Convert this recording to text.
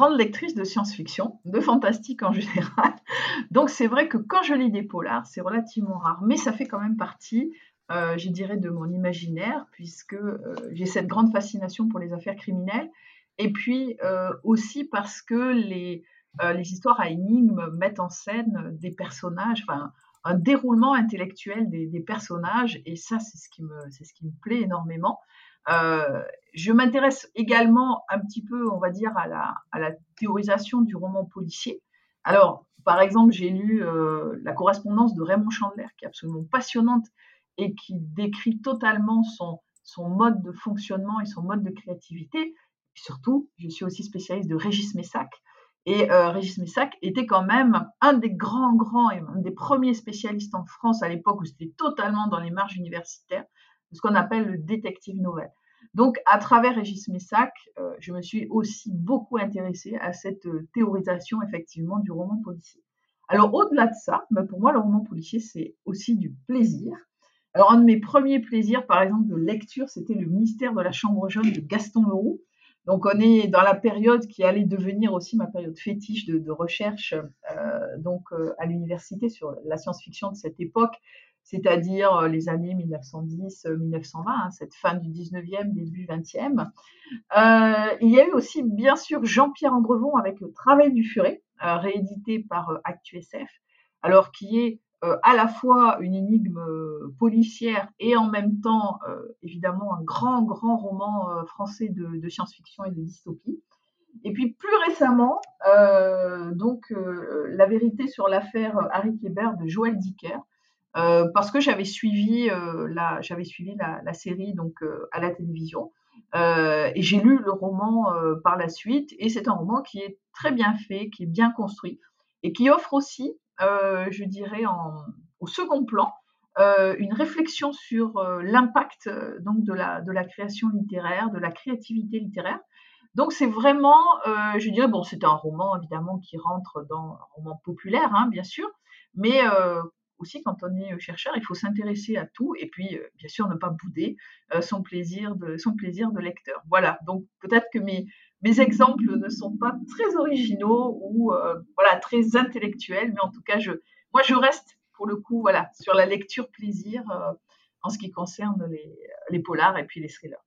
grande lectrice de science-fiction, de fantastique en général. Donc c'est vrai que quand je lis des polars, c'est relativement rare, mais ça fait quand même partie, je dirais, de mon imaginaire puisque, j'ai cette grande fascination pour les affaires criminelles et puis, aussi parce que les histoires à énigmes mettent en scène des personnages, enfin, un déroulement intellectuel des personnages et ça, c'est ce qui me plaît énormément. Heu, je m'intéresse également un petit peu, on va dire, à la théorisation du roman policier. Alors, par exemple, j'ai lu, La correspondance de Raymond Chandler, qui est absolument passionnante et qui décrit totalement son mode de fonctionnement et son mode de créativité. Et surtout, je suis aussi spécialiste de Régis Messac et Régis Messac était quand même un des grands et un des premiers spécialistes en France à l'époque où c'était totalement dans les marges universitaires, de ce qu'on appelle le détective novel. Donc, à travers Régis Messac, je me suis aussi beaucoup intéressée à cette théorisation effectivement du roman policier. Alors, au-delà de ça, bah, pour moi, le roman policier, c'est aussi du plaisir. Alors, un de mes premiers plaisirs, par exemple, de lecture, c'était Le mystère de la chambre jaune de Gaston Leroux. Donc, on est dans la période qui allait devenir aussi ma période fétiche de recherche à l'université sur la science-fiction de cette époque, c'est-à-dire les années 1910-1920, hein, cette fin du 19e, début 20e. Il y a eu aussi, bien sûr, Jean-Pierre Andrevon avec Le Travail du Furet, réédité par ActuSF, alors qui est à la fois une énigme policière et en même temps, évidemment, un grand roman français de science-fiction et de dystopie. Et puis plus récemment, La vérité sur l'affaire Harry Kéber de Joël Dicker, parce que j'avais suivi la série à la télévision. Et j'ai lu le roman par la suite, et c'est un roman qui est très bien fait, qui est bien construit, et qui offre aussi, je dirais, au second plan, une réflexion sur l'impact de la création littéraire, de la créativité littéraire. Donc c'est vraiment, je dirais, bon, c'est un roman évidemment qui rentre dans un roman populaire, hein, bien sûr, mais aussi quand on est chercheur, il faut s'intéresser à tout et puis bien sûr ne pas bouder son plaisir de lecteur. Voilà, donc peut-être que mes exemples ne sont pas très originaux ou voilà, très intellectuels, mais en tout cas, moi je reste pour le coup voilà, sur la lecture plaisir en ce qui concerne les polars et puis les thrillers.